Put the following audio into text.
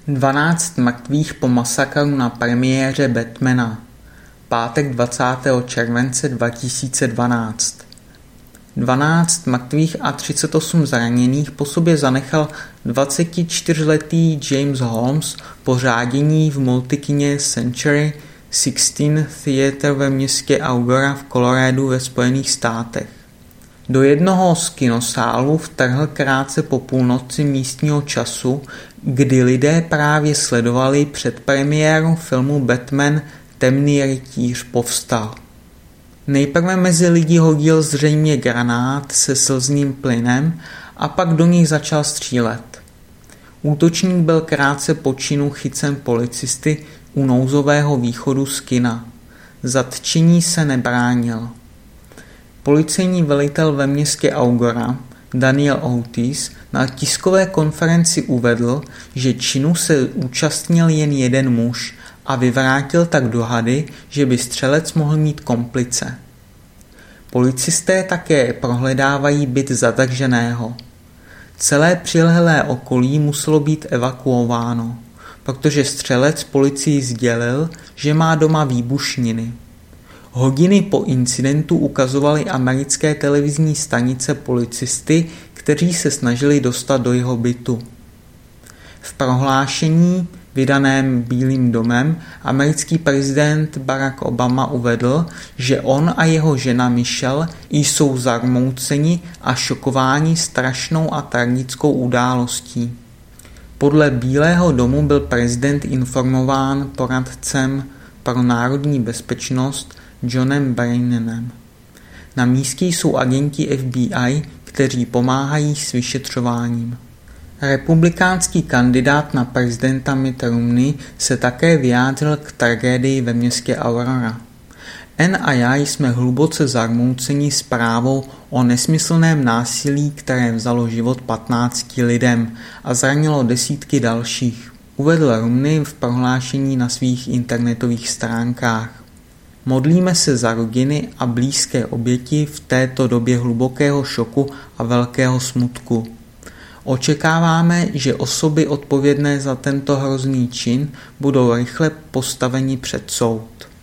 12 mrtvých po masakru na premiéře Batmana. Pátek 20. července 2012. 12 mrtvých a 38 zraněných po sobě zanechal 24letý James Holmes po řádění v multikině Century 16 Theatre ve městě Aurora v Coloradu ve Spojených státech. Do jednoho z kinosálů vtrhl krátce po půlnoci místního času, kdy lidé právě sledovali předpremiéru filmu Batman Temný rytíř povstal. Nejprve mezi lidi hodil zřejmě granát se slzným plynem a pak do nich začal střílet. Útočník byl krátce po činu chycen policisty u nouzového východu z kina. Zatčení se nebránil. Policejní velitel ve městě Aurora, Daniel Otis, na tiskové konferenci uvedl, že činu se účastnil jen jeden muž a vyvrátil tak dohady, že by střelec mohl mít komplice. Policisté také prohledávají byt zadrženého. Celé přilehlé okolí muselo být evakuováno, protože střelec policii sdělil, že má doma výbušniny. Hodiny po incidentu ukazovaly americké televizní stanice policisty, kteří se snažili dostat do jeho bytu. V prohlášení vydaném Bílým domem americký prezident Barack Obama uvedl, že on a jeho žena Michelle jsou zarmouceni a šokováni strašnou a tragickou událostí. Podle Bílého domu byl prezident informován poradcem pro národní bezpečnost Johnem Brennanem. Na místě jsou agenti FBI, kteří pomáhají s vyšetřováním. Republikánský kandidát na prezidenta Mitt Romney se také vyjádřil k tragédii ve městě Aurora. Ann a já jsme hluboce zarmouceni zprávou o nesmyslném násilí, které vzalo život 15 lidem a zranilo desítky dalších, uvedl Romney v prohlášení na svých internetových stránkách. Modlíme se za rodiny a blízké oběti v této době hlubokého šoku a velkého smutku. Očekáváme, že osoby odpovědné za tento hrozný čin budou rychle postaveni před soud.